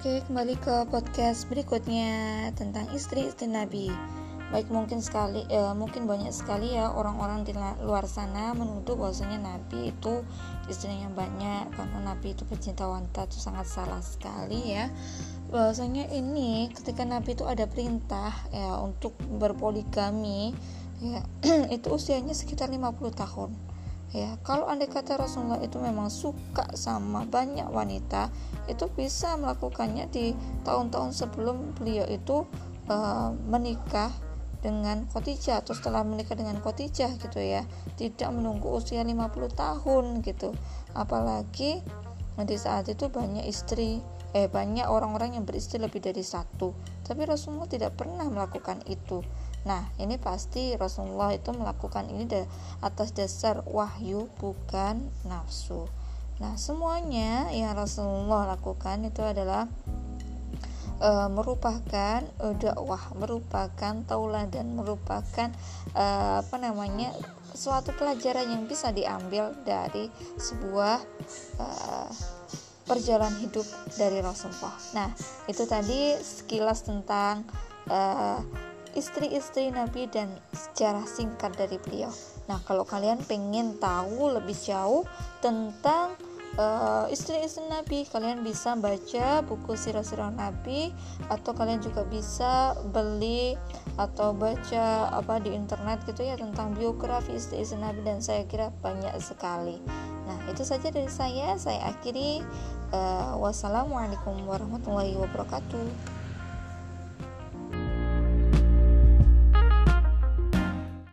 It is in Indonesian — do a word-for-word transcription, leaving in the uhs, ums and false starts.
Oke, kembali ke podcast berikutnya tentang istri-istri Nabi. Baik, mungkin sekali, eh, mungkin banyak sekali ya orang-orang di luar sana menuduh bahwasanya Nabi itu istrinya banyak karena Nabi itu pecinta wanita. Itu sangat salah sekali ya. Bahwasanya ini ketika Nabi itu ada perintah ya untuk berpoligami ya itu usianya sekitar lima puluh tahun. Ya, kalau andai kata Rasulullah itu memang suka sama banyak wanita, itu bisa melakukannya di tahun-tahun sebelum beliau itu uh, menikah dengan Khadijah atau setelah menikah dengan Khadijah gitu ya. Tidak menunggu usia lima puluh tahun gitu. Apalagi di saat itu banyak istri eh banyak orang-orang yang beristri lebih dari satu, tapi Rasulullah tidak pernah melakukan itu. Nah, ini pasti Rasulullah itu melakukan ini atas dasar wahyu, bukan nafsu. Nah, semuanya yang Rasulullah lakukan itu adalah e, merupakan e, dakwah, merupakan tauladan, merupakan e, apa namanya suatu pelajaran yang bisa diambil dari sebuah e, perjalanan hidup dari Rasulullah. Nah, itu tadi sekilas tentang uh, istri-istri Nabi dan sejarah singkat dari beliau. Nah, kalau kalian pengen tahu lebih jauh tentang uh, istri-istri Nabi, kalian bisa baca buku sirah-sirah Nabi, atau kalian juga bisa beli atau baca apa di internet gitu ya tentang biografi istri-istri Nabi, dan saya kira banyak sekali. Nah, itu saja dari saya. Saya akhiri. Uh, wassalamualaikum warahmatullahi wabarakatuh.